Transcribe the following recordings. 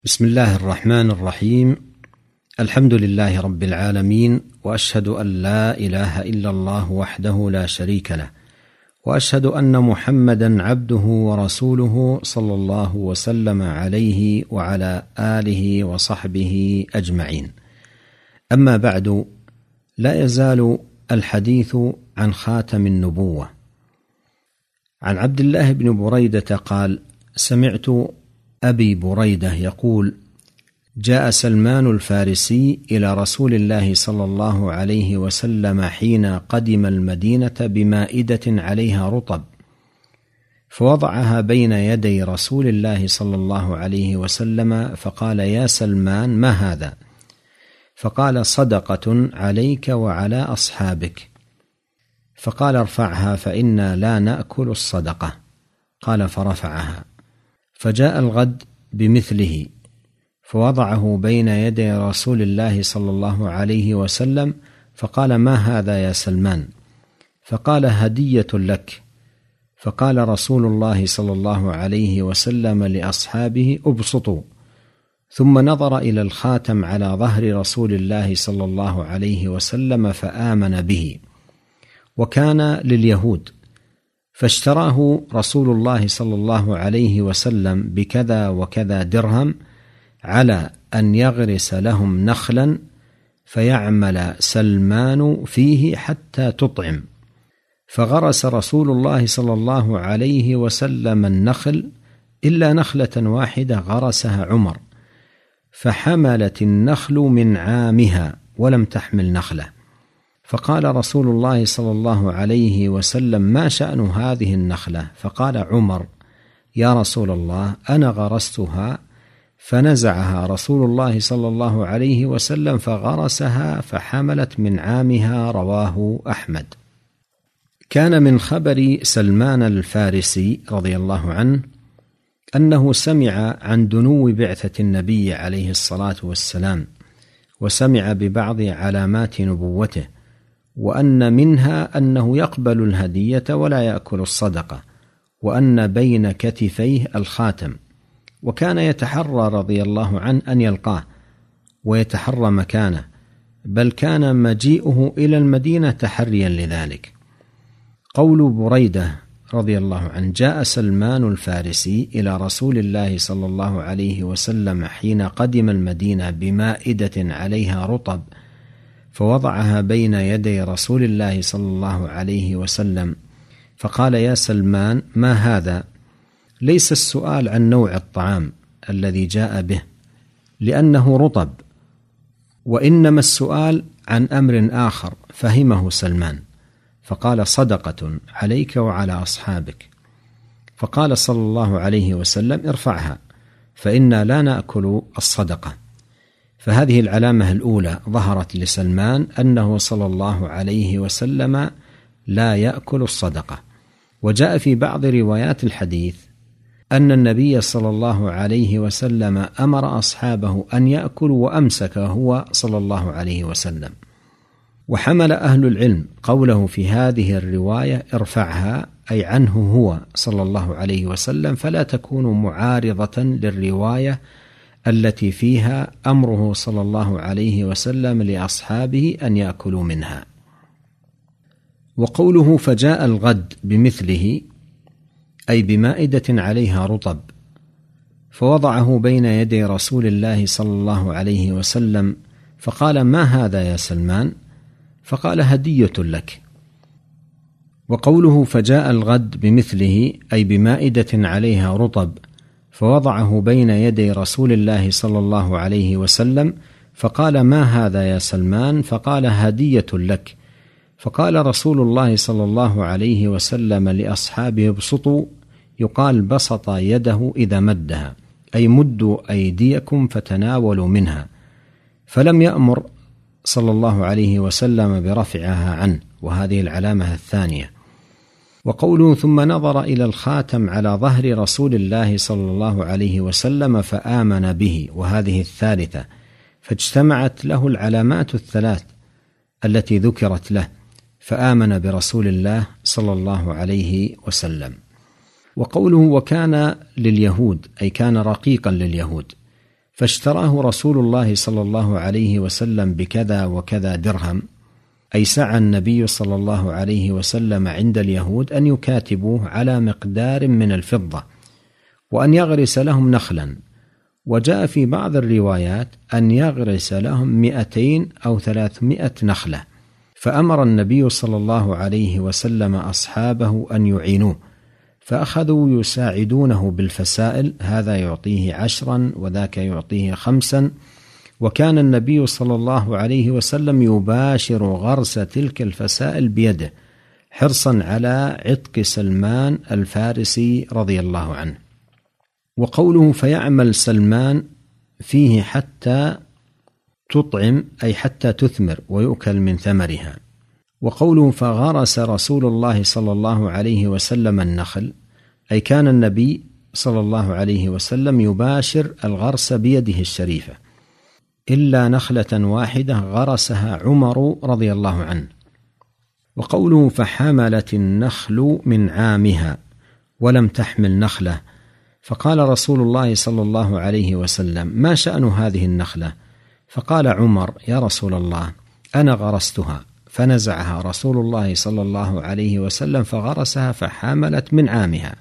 بسم الله الرحمن الرحيم. الحمد لله رب العالمين، وأشهد أن لا إله إلا الله وحده لا شريك له، وأشهد أن محمدا عبده ورسوله صلى الله وسلم عليه وعلى آله وصحبه أجمعين. أما بعد، لا يزال الحديث عن خاتم النبوة. عن عبد الله بن بريدة قال: سمعت أبي بريدة يقول: جاء سلمان الفارسي إلى رسول الله صلى الله عليه وسلم حين قدم المدينة بمائدة عليها رطب، فوضعها بين يدي رسول الله صلى الله عليه وسلم، فقال: يا سلمان، ما هذا؟ فقال: صدقة عليك وعلى أصحابك. فقال: ارفعها فإنا لا نأكل الصدقة. قال: فرفعها. فجاء الغد بمثله، فوضعه بين يدي رسول الله صلى الله عليه وسلم، فقال: ما هذا يا سلمان؟ فقال: هدية لك. فقال رسول الله صلى الله عليه وسلم لأصحابه: ابسطوا. ثم نظر إلى الخاتم على ظهر رسول الله صلى الله عليه وسلم فآمن به، وكان لليهود، فاشتراه رسول الله صلى الله عليه وسلم بكذا وكذا درهم، على أن يغرس لهم نخلا فيعمل سلمان فيه حتى تطعم. فغرس رسول الله صلى الله عليه وسلم النخل، إلا نخلة واحدة غرسها عمر، فحملت النخل من عامها ولم تحمل نخلة. فقال رسول الله صلى الله عليه وسلم: ما شأن هذه النخلة؟ فقال عمر: يا رسول الله، أنا غرستها. فنزعها رسول الله صلى الله عليه وسلم فغرسها فحملت من عامها. رواه أحمد. كان من خبر سلمان الفارسي رضي الله عنه أنه سمع عن دنو بعثة النبي عليه الصلاة والسلام، وسمع ببعض علامات نبوته، وأن منها أنه يقبل الهدية ولا يأكل الصدقة، وأن بين كتفيه الخاتم، وكان يتحرى رضي الله عنه أن يلقاه ويتحرى مكانه، بل كان مجيئه إلى المدينة تحريا لذلك. قول بريدة رضي الله عنه: جاء سلمان الفارسي إلى رسول الله صلى الله عليه وسلم حين قدم المدينة بمائدة عليها رطب، فوضعها بين يدي رسول الله صلى الله عليه وسلم، فقال: يا سلمان، ما هذا؟ ليس السؤال عن نوع الطعام الذي جاء به لأنه رطب، وإنما السؤال عن أمر آخر فهمه سلمان، فقال: صدقة عليك وعلى أصحابك. فقال صلى الله عليه وسلم: ارفعها فإنا لا نأكل الصدقة. فهذه العلامة الأولى ظهرت لسلمان أنه صلى الله عليه وسلم لا يأكل الصدقة. وجاء في بعض روايات الحديث أن النبي صلى الله عليه وسلم أمر أصحابه أن يأكلوا وأمسك هو صلى الله عليه وسلم. وحمل أهل العلم قوله في هذه الرواية ارفعها، أي عنه هو صلى الله عليه وسلم، فلا تكون معارضة للرواية التي فيها أمره صلى الله عليه وسلم لأصحابه أن يأكلوا منها. وقوله فجاء الغد بمثله، أي بمائدة عليها رطب، فوضعه بين يدي رسول الله صلى الله عليه وسلم، فقال: ما هذا يا سلمان؟ فقال: هدية لك. وقوله فجاء الغد بمثله، أي بمائدة عليها رطب، فوضعه بين يدي رسول الله صلى الله عليه وسلم، فقال: ما هذا يا سلمان؟ فقال: هدية لك. فقال رسول الله صلى الله عليه وسلم لأصحابه: ابسطوا، يقال بسط يده إذا مدها، أي مدوا أيديكم فتناولوا منها، فلم يأمر صلى الله عليه وسلم برفعها عنه، وهذه العلامة الثانية. وقوله ثم نظر إلى الخاتم على ظهر رسول الله صلى الله عليه وسلم فآمن به، وهذه الثالثة، فاجتمعت له العلامات الثلاث التي ذكرت له، فآمن برسول الله صلى الله عليه وسلم. وقوله وكان لليهود، أي كان رقيقا لليهود، فاشتراه رسول الله صلى الله عليه وسلم بكذا وكذا درهم، أي سعى النبي صلى الله عليه وسلم عند اليهود أن يكاتبوه على مقدار من الفضة وأن يغرس لهم نخلا، وجاء في بعض الروايات أن يغرس لهم 200 أو 300 نخلة، فأمر النبي صلى الله عليه وسلم أصحابه أن يعينوه، فأخذوا يساعدونه بالفسائل، هذا يعطيه 10 وذاك يعطيه 5، وكان النبي صلى الله عليه وسلم يباشر غرس تلك الفسائل بيده حرصا على عتق سلمان الفارسي رضي الله عنه. وقوله فيعمل سلمان فيه حتى تطعم، أي حتى تثمر ويؤكل من ثمرها. وقوله فغرس رسول الله صلى الله عليه وسلم النخل، أي كان النبي صلى الله عليه وسلم يباشر الغرس بيده الشريفة، إلا نخلة واحدة غرسها عمر رضي الله عنه. وقوله فحملت النخل من عامها ولم تحمل نخلة، فقال رسول الله صلى الله عليه وسلم ما شأن هذه النخلة؟ فقال عمر يا رسول الله أنا غرستها، فنزعها رسول الله صلى الله عليه وسلم فغرسها فحملت من عامها.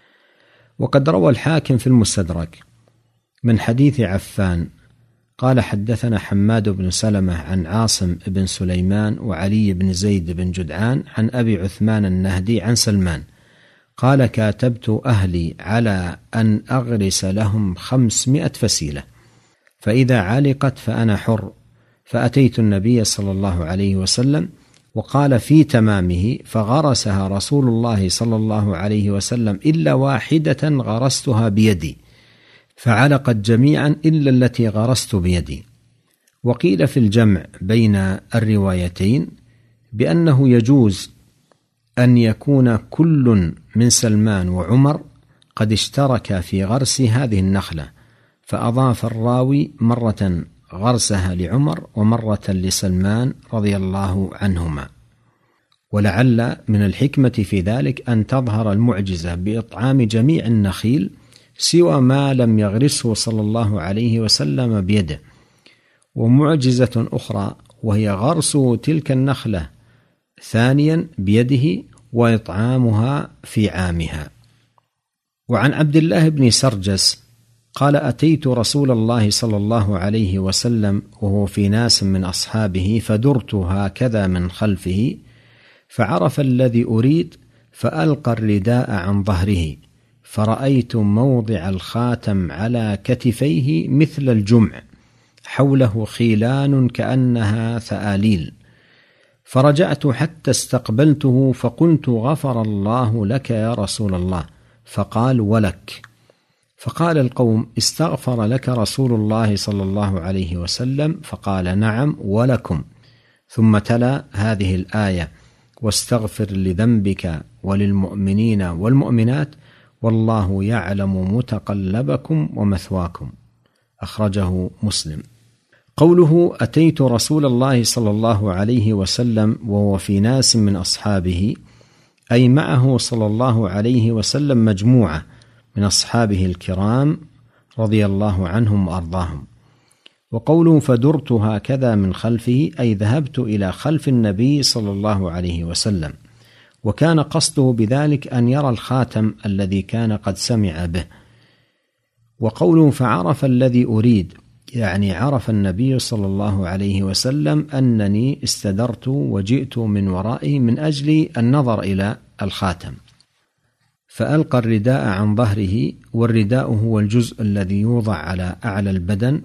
وقد روى الحاكم في المستدرك من حديث عفان قال حدثنا حماد بن سلمة عن عاصم بن سليمان وعلي بن زيد بن جدعان عن أبي عثمان النهدي عن سلمان قال كاتبت أهلي على أن أغرس لهم 500 فسيلة، فإذا علقت فأنا حر، فأتيت النبي صلى الله عليه وسلم وقال في تمامه فغرسها رسول الله صلى الله عليه وسلم إلا واحدة غرستها بيدي، فعلقت جميعا إلا التي غرست بيدي. وقيل في الجمع بين الروايتين بأنه يجوز أن يكون كل من سلمان وعمر قد اشترك في غرس هذه النخلة، فأضاف الراوي مرة غرسها لعمر ومرة لسلمان رضي الله عنهما. ولعل من الحكمة في ذلك أن تظهر المعجزة بإطعام جميع النخيل سوى ما لم يغرسه صلى الله عليه وسلم بيده. ومعجزة أخرى وهي غرس تلك النخلة ثانيا بيده وإطعامها في عامها. وعن عبد الله بن سرجس قال أتيت رسول الله صلى الله عليه وسلم وهو في ناس من أصحابه فدرت هكذا من خلفه فعرف الذي أريد فألقى الرداء عن ظهره فرأيت موضع الخاتم على كتفيه مثل الجمع حوله خيلان كأنها ثآليل، فرجعت حتى استقبلته فقلت غفر الله لك يا رسول الله، فقال ولك. فقال القوم استغفر لك رسول الله صلى الله عليه وسلم؟ فقال نعم ولكم. ثم تلا هذه الآية واستغفر لذنبك وللمؤمنين والمؤمنات والله يعلم متقلبكم ومثواكم، أخرجه مسلم. قوله أتيت رسول الله صلى الله عليه وسلم وهو في ناس من أصحابه، أي معه صلى الله عليه وسلم مجموعة من أصحابه الكرام رضي الله عنهم وأرضاهم. وقوله فدرت هكذا من خلفه، أي ذهبت إلى خلف النبي صلى الله عليه وسلم، وكان قصده بذلك أن يرى الخاتم الذي كان قد سمع به. وقوله فعرف الذي أريد، يعني عرف النبي صلى الله عليه وسلم أنني استدرت وجئت من ورائه من أجل النظر إلى الخاتم، فألقى الرداء عن ظهره، والرداء هو الجزء الذي يوضع على أعلى البدن،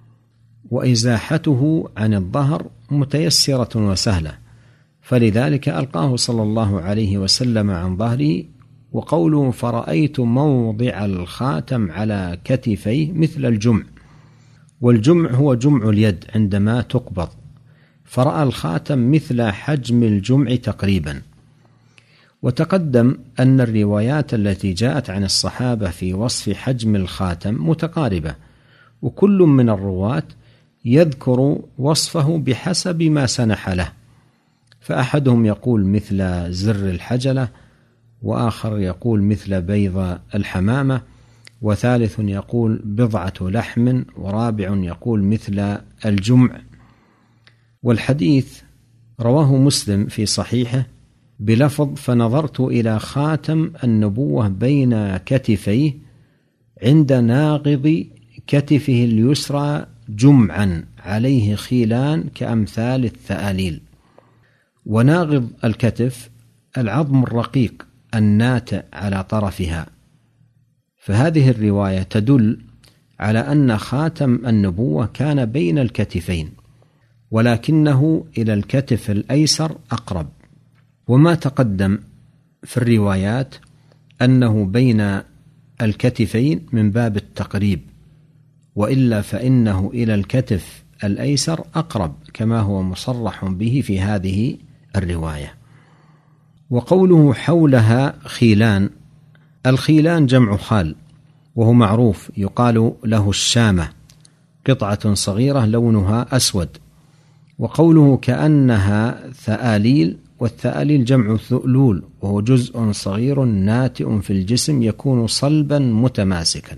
وإزاحته عن الظهر متيسرة وسهلة، فلذلك ألقاه صلى الله عليه وسلم عن ظهره. وقوله فرأيت موضع الخاتم على كتفيه مثل الجمع، والجمع هو جمع اليد عندما تقبض، فرأى الخاتم مثل حجم الجمع تقريبا. وتقدم أن الروايات التي جاءت عن الصحابة في وصف حجم الخاتم متقاربة، وكل من الرواة يذكر وصفه بحسب ما سنح له، فأحدهم يقول مثل زر الحجلة، وآخر يقول مثل بيض الحمامة، وثالث يقول بضعة لحم، ورابع يقول مثل الجمع. والحديث رواه مسلم في صحيحه بلفظ: فنظرت إلى خاتم النبوة بين كتفيه عند ناغض كتفه اليسرى جمعا عليه خيلان كأمثال الثآليل. وناغض الكتف العظم الرقيق الناتئ على طرفها. فهذه الرواية تدل على أن خاتم النبوة كان بين الكتفين، ولكنه إلى الكتف الأيسر أقرب. وما تقدم في الروايات أنه بين الكتفين من باب التقريب، وإلا فإنه إلى الكتف الأيسر أقرب كما هو مصرح به في هذه الرواية. وقوله حولها خيلان، الخيلان جمع خال، وهو معروف يقال له الشامة، قطعة صغيرة لونها أسود. وقوله كأنها ثآليل، والثآليل جمع ثؤلول، وهو جزء صغير ناتئ في الجسم يكون صلبا متماسكا.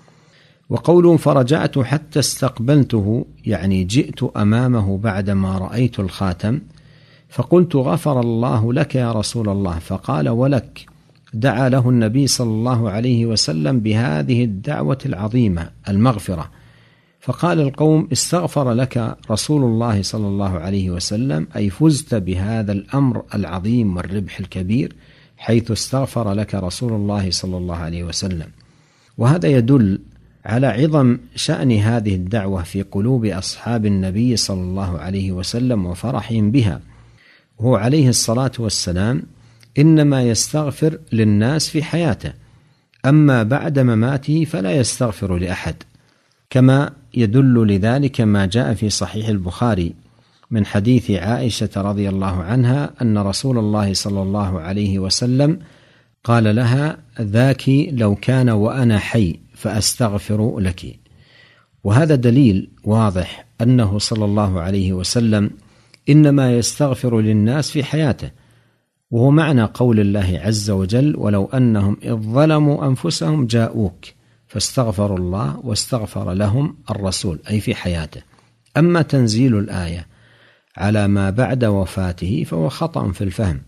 وقوله فرجعت حتى استقبلته، يعني جئت أمامه بعدما رأيت الخاتم فقلت غفر الله لك يا رسول الله، فقال ولك. دعا له النبي صلى الله عليه وسلم بهذه الدعوة العظيمة المغفرة، فقال القوم استغفر لك رسول الله صلى الله عليه وسلم، أي فزت بهذا الأمر العظيم والربح الكبير حيث استغفر لك رسول الله صلى الله عليه وسلم. وهذا يدل على عظم شأن هذه الدعوة في قلوب أصحاب النبي صلى الله عليه وسلم وفرحهم بها. هو عليه الصلاة والسلام إنما يستغفر للناس في حياته، أما بعد مماته فلا يستغفر لأحد، كما يدل لذلك ما جاء في صحيح البخاري من حديث عائشة رضي الله عنها أن رسول الله صلى الله عليه وسلم قال لها ذاك لو كان وأنا حي فأستغفر لك. وهذا دليل واضح أنه صلى الله عليه وسلم إنما يستغفر للناس في حياته، وهو معنى قول الله عز وجل ولو أنهم إذ ظلموا أنفسهم جاءوك فاستغفروا الله واستغفر لهم الرسول، أي في حياته. أما تنزيل الآية على ما بعد وفاته فهو خطأ في الفهم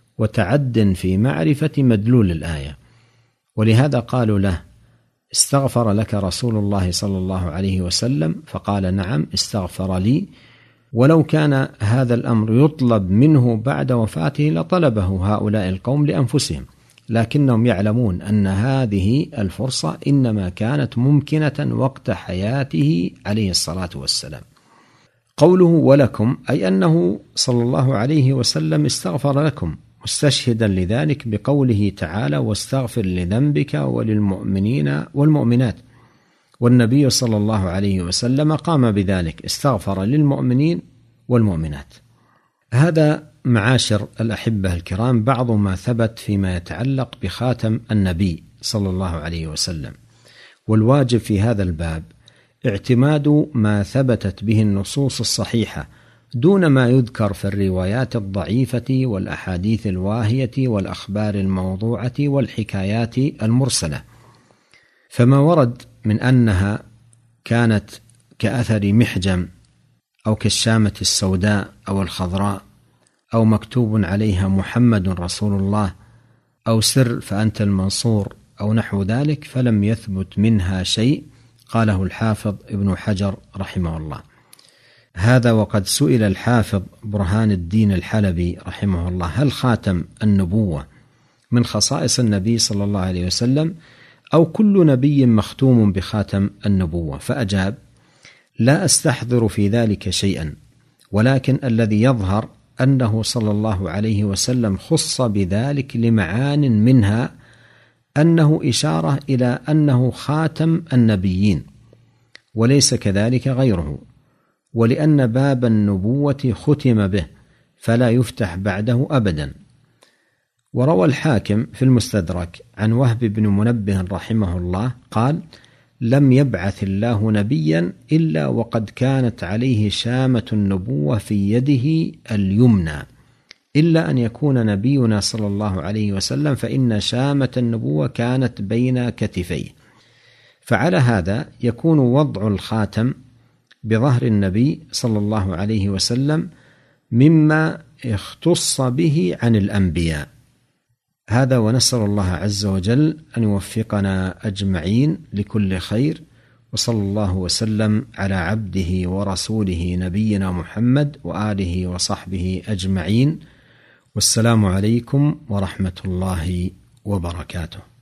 وتعد في معرفة مدلول الآية، ولهذا قالوا له استغفر لك رسول الله صلى الله عليه وسلم، فقال نعم استغفر لي، ولو كان هذا الأمر يطلب منه بعد وفاته لطلبه هؤلاء القوم لأنفسهم، لكنهم يعلمون أن هذه الفرصة إنما كانت ممكنة وقت حياته عليه الصلاة والسلام. قوله ولكم أي أنه صلى الله عليه وسلم استغفر لكم، مستشهدا لذلك بقوله تعالى واستغفر لذنبك وللمؤمنين والمؤمنات، والنبي صلى الله عليه وسلم قام بذلك، استغفر للمؤمنين والمؤمنات. هذا معاشر الأحبة الكرام بعض ما ثبت فيما يتعلق بخاتم النبي صلى الله عليه وسلم، والواجب في هذا الباب اعتماد ما ثبتت به النصوص الصحيحة دون ما يذكر في الروايات الضعيفة والأحاديث الواهية والأخبار الموضوعة والحكايات المرسلة. فما ورد من أنها كانت كأثر محجم أو كالشامة السوداء أو الخضراء أو مكتوب عليها محمد رسول الله أو سر فأنت المنصور أو نحو ذلك فلم يثبت منها شيء، قاله الحافظ ابن حجر رحمه الله. هذا وقد سئل الحافظ برهان الدين الحلبي رحمه الله هل خاتم النبوة من خصائص النبي صلى الله عليه وسلم أو كل نبي مختوم بخاتم النبوة؟ فأجاب لا أستحضر في ذلك شيئا، ولكن الذي يظهر أنه صلى الله عليه وسلم خص بذلك لمعان منها أنه إشارة إلى أنه خاتم النبيين وليس كذلك غيره، ولأن باب النبوة ختم به فلا يفتح بعده أبدا. وروى الحاكم في المستدرك عن وهب بن منبه رحمه الله قال لم يبعث الله نبيا إلا وقد كانت عليه شامة النبوة في يده اليمنى، إلا أن يكون نبينا صلى الله عليه وسلم فإن شامة النبوة كانت بين كتفيه. فعلى هذا يكون وضع الخاتم بظهر النبي صلى الله عليه وسلم مما اختص به عن الأنبياء. هذا، ونسأل الله عز وجل أن يوفقنا أجمعين لكل خير، وصلى الله وسلم على عبده ورسوله نبينا محمد وآله وصحبه أجمعين، والسلام عليكم ورحمة الله وبركاته.